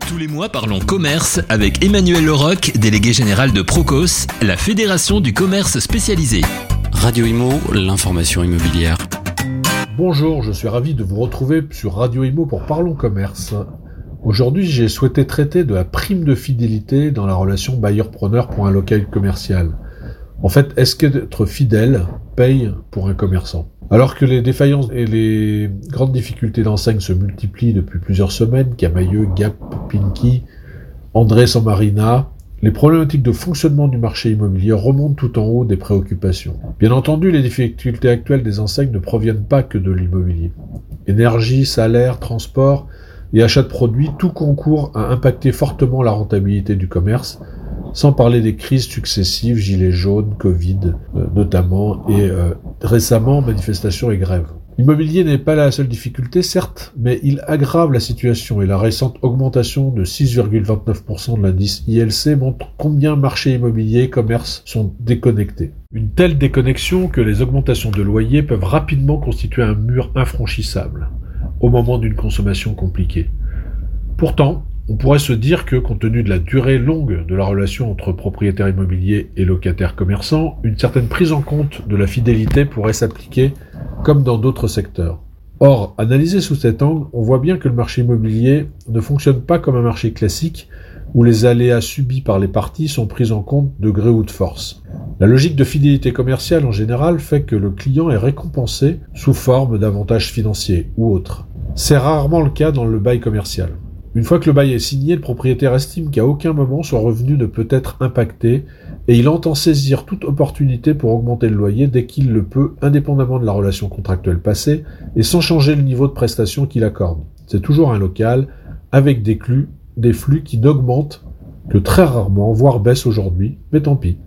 Tous les mois, parlons commerce avec Emmanuel Leroc, délégué général de Procos, la fédération du commerce spécialisé. Radio Imo, l'information immobilière. Bonjour, je suis ravi de vous retrouver sur Radio Imo pour Parlons Commerce. Aujourd'hui, j'ai souhaité traiter de la prime de fidélité dans la relation bailleur-preneur pour un local commercial. En fait, est-ce qu'être fidèle paye pour un commerçant ? Alors que les défaillances et les grandes difficultés d'enseigne se multiplient depuis plusieurs semaines, Camaïeu, Gap, Pinky, André San Marina, les problématiques de fonctionnement du marché immobilier remontent tout en haut des préoccupations. Bien entendu, les difficultés actuelles des enseignes ne proviennent pas que de l'immobilier. Énergie, salaire, transport et achat de produits, tout concourt à impacter fortement la rentabilité du commerce, sans parler des crises successives, gilets jaunes, Covid notamment, et récemment manifestations et grèves. L'immobilier n'est pas la seule difficulté, certes, mais il aggrave la situation et la récente augmentation de 6,29% de l'indice ILC montre combien marché immobilier et commerce sont déconnectés. Une telle déconnexion que les augmentations de loyers peuvent rapidement constituer un mur infranchissable, au moment d'une consommation compliquée. Pourtant, on pourrait se dire que, compte tenu de la durée longue de la relation entre propriétaires immobiliers et locataires commerçants, une certaine prise en compte de la fidélité pourrait s'appliquer comme dans d'autres secteurs. Or, analysé sous cet angle, on voit bien que le marché immobilier ne fonctionne pas comme un marché classique où les aléas subis par les parties sont pris en compte de gré ou de force. La logique de fidélité commerciale en général fait que le client est récompensé sous forme d'avantages financiers ou autres. C'est rarement le cas dans le bail commercial. Une fois que le bail est signé, le propriétaire estime qu'à aucun moment son revenu ne peut être impacté et il entend saisir toute opportunité pour augmenter le loyer dès qu'il le peut, indépendamment de la relation contractuelle passée et sans changer le niveau de prestation qu'il accorde. C'est toujours un local avec des flux qui n'augmentent que très rarement, voire baissent aujourd'hui, mais tant pis.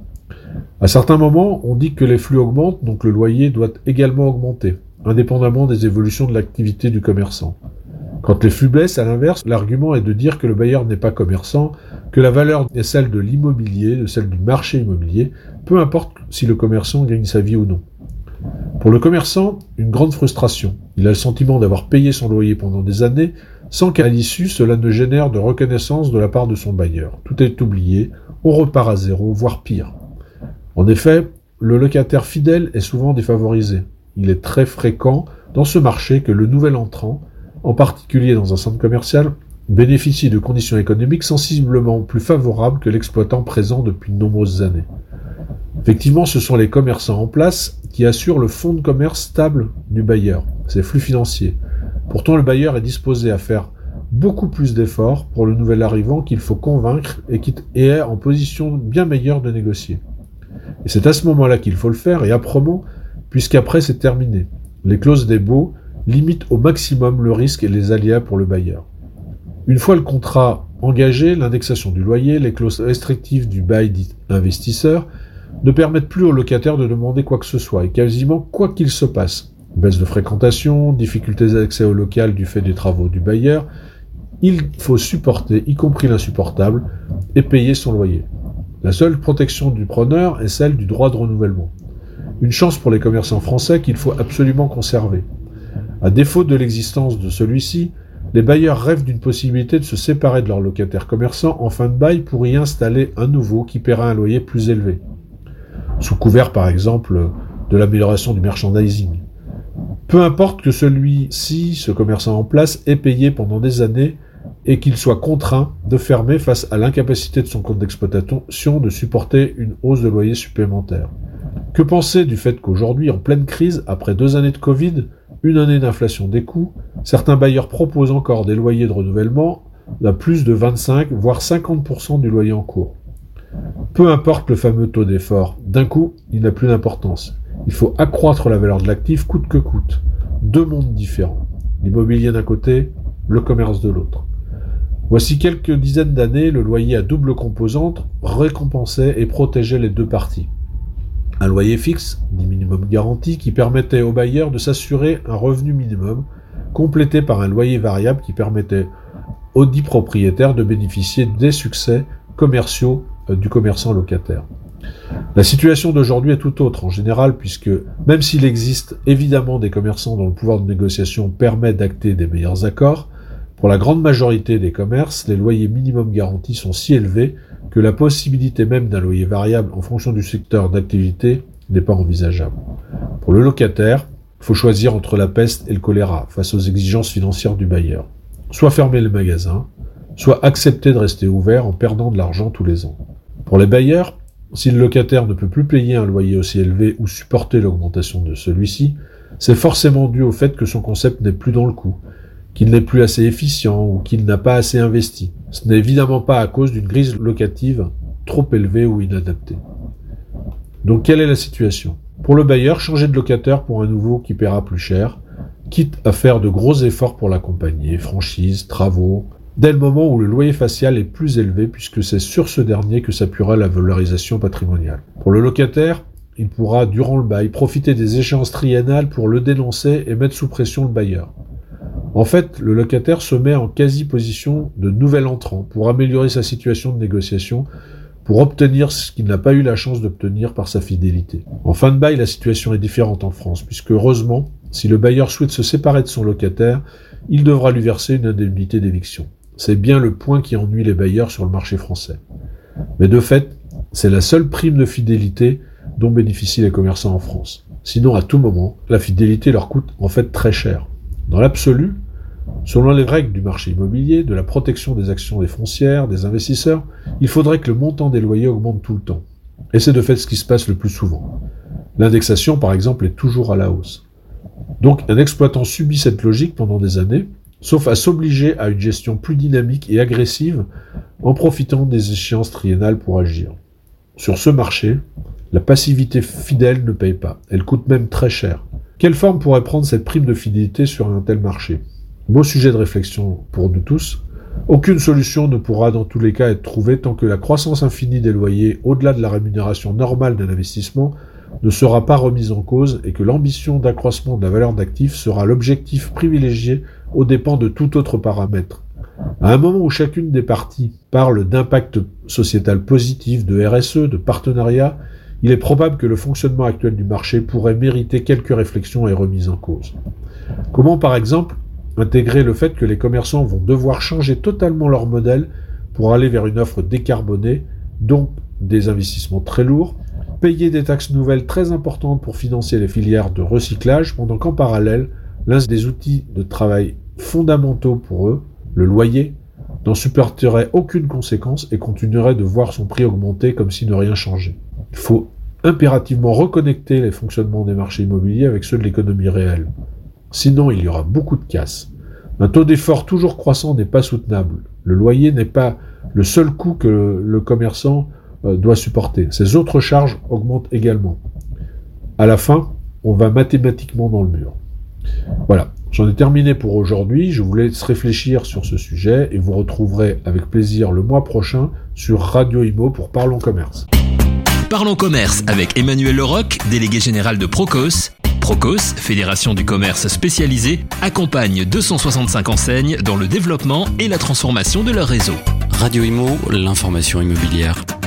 À certains moments, on dit que les flux augmentent, donc le loyer doit également augmenter, indépendamment des évolutions de l'activité du commerçant. Quand les flux baissent, à l'inverse, l'argument est de dire que le bailleur n'est pas commerçant, que la valeur est celle de l'immobilier, de celle du marché immobilier, peu importe si le commerçant gagne sa vie ou non. Pour le commerçant, une grande frustration. Il a le sentiment d'avoir payé son loyer pendant des années, sans qu'à l'issue, cela ne génère de reconnaissance de la part de son bailleur. Tout est oublié, on repart à zéro, voire pire. En effet, le locataire fidèle est souvent défavorisé. Il est très fréquent dans ce marché que le nouvel entrant, en particulier dans un centre commercial, bénéficie de conditions économiques sensiblement plus favorables que l'exploitant présent depuis de nombreuses années. Effectivement, ce sont les commerçants en place qui assurent le fonds de commerce stable du bailleur, ses flux financiers. Pourtant, le bailleur est disposé à faire beaucoup plus d'efforts pour le nouvel arrivant qu'il faut convaincre et qui est en position bien meilleure de négocier. Et c'est à ce moment-là qu'il faut le faire, et âprement, puisqu'après c'est terminé. Les clauses des baux limitent au maximum le risque et les aléas pour le bailleur. Une fois le contrat engagé, l'indexation du loyer, les clauses restrictives du bail dit investisseur ne permettent plus au locataire de demander quoi que ce soit, et quasiment quoi qu'il se passe. Baisse de fréquentation, difficultés d'accès au local du fait des travaux du bailleur, il faut supporter, y compris l'insupportable, et payer son loyer. La seule protection du preneur est celle du droit de renouvellement. Une chance pour les commerçants français qu'il faut absolument conserver. À défaut de l'existence de celui-ci, les bailleurs rêvent d'une possibilité de se séparer de leurs locataires commerçants en fin de bail pour y installer un nouveau qui paiera un loyer plus élevé, sous couvert par exemple de l'amélioration du merchandising. Peu importe que celui-ci, ce commerçant en place, ait payé pendant des années et qu'il soit contraint de fermer face à l'incapacité de son compte d'exploitation de supporter une hausse de loyer supplémentaire. Que penser du fait qu'aujourd'hui, en pleine crise, après 2 années de Covid, une année d'inflation des coûts, certains bailleurs proposent encore des loyers de renouvellement à plus de 25, voire 50% du loyer en cours. Peu importe le fameux taux d'effort, d'un coup, il n'a plus d'importance. Il faut accroître la valeur de l'actif coûte que coûte. 2 mondes différents. L'immobilier d'un côté, le commerce de l'autre. Voici quelques dizaines d'années, le loyer à double composante récompensait et protégeait les deux parties. Un loyer fixe, dit minimum garanti, qui permettait au bailleur de s'assurer un revenu minimum, complété par un loyer variable qui permettait aux dits propriétaires de bénéficier des succès commerciaux du commerçant locataire. La situation d'aujourd'hui est tout autre en général, puisque même s'il existe évidemment des commerçants dont le pouvoir de négociation permet d'acter des meilleurs accords, Pour la grande majorité des commerces, les loyers minimum garantis sont si élevés que la possibilité même d'un loyer variable en fonction du secteur d'activité n'est pas envisageable. Pour le locataire, il faut choisir entre la peste et le choléra face aux exigences financières du bailleur. Soit fermer le magasin, soit accepter de rester ouvert en perdant de l'argent tous les ans. Pour les bailleurs, si le locataire ne peut plus payer un loyer aussi élevé ou supporter l'augmentation de celui-ci, c'est forcément dû au fait que son concept n'est plus dans le coup, qu'il n'est plus assez efficient ou qu'il n'a pas assez investi. Ce n'est évidemment pas à cause d'une grille locative trop élevée ou inadaptée. Donc quelle est la situation ? Pour le bailleur, changer de locataire pour un nouveau qui paiera plus cher, quitte à faire de gros efforts pour l'accompagner, franchise, travaux, dès le moment où le loyer facial est plus élevé puisque c'est sur ce dernier que s'appuiera la valorisation patrimoniale. Pour le locataire, il pourra, durant le bail, profiter des échéances triennales pour le dénoncer et mettre sous pression le bailleur. En fait, le locataire se met en quasi-position de nouvel entrant pour améliorer sa situation de négociation, pour obtenir ce qu'il n'a pas eu la chance d'obtenir par sa fidélité. En fin de bail, la situation est différente en France, puisque heureusement, si le bailleur souhaite se séparer de son locataire, il devra lui verser une indemnité d'éviction. C'est bien le point qui ennuie les bailleurs sur le marché français. Mais de fait, c'est la seule prime de fidélité dont bénéficient les commerçants en France. Sinon, à tout moment, la fidélité leur coûte en fait très cher. Dans l'absolu, selon les règles du marché immobilier, de la protection des actions des foncières, des investisseurs, il faudrait que le montant des loyers augmente tout le temps. Et c'est de fait ce qui se passe le plus souvent. L'indexation, par exemple, est toujours à la hausse. Donc, un exploitant subit cette logique pendant des années, sauf à s'obliger à une gestion plus dynamique et agressive en profitant des échéances triennales pour agir. Sur ce marché, la passivité fidèle ne paye pas. Elle coûte même très cher. Quelle forme pourrait prendre cette prime de fidélité sur un tel marché ? Beau sujet de réflexion pour nous tous. Aucune solution ne pourra dans tous les cas être trouvée tant que la croissance infinie des loyers, au-delà de la rémunération normale d'un investissement, ne sera pas remise en cause et que l'ambition d'accroissement de la valeur d'actifs sera l'objectif privilégié aux dépens de tout autre paramètre. À un moment où chacune des parties parle d'impact sociétal positif, de RSE, de partenariat, il est probable que le fonctionnement actuel du marché pourrait mériter quelques réflexions et remises en cause. Comment, par exemple, intégrer le fait que les commerçants vont devoir changer totalement leur modèle pour aller vers une offre décarbonée, donc des investissements très lourds, payer des taxes nouvelles très importantes pour financer les filières de recyclage, pendant qu'en parallèle, l'un des outils de travail fondamentaux pour eux, le loyer, n'en supporterait aucune conséquence et continuerait de voir son prix augmenter comme si ne rien changeait. Il faut impérativement reconnecter les fonctionnements des marchés immobiliers avec ceux de l'économie réelle. Sinon, il y aura beaucoup de casse. Un taux d'effort toujours croissant n'est pas soutenable. Le loyer n'est pas le seul coût que le commerçant doit supporter. Ses autres charges augmentent également. À la fin, on va mathématiquement dans le mur. Voilà, j'en ai terminé pour aujourd'hui. Je vous laisse réfléchir sur ce sujet et vous retrouverez avec plaisir le mois prochain sur Radio Imo pour Parlons Commerce. Parlons Commerce avec Emmanuel Leroc, délégué général de Procos. Procos, fédération du commerce spécialisé, accompagne 265 enseignes dans le développement et la transformation de leur réseau. Radio Imo, l'information immobilière.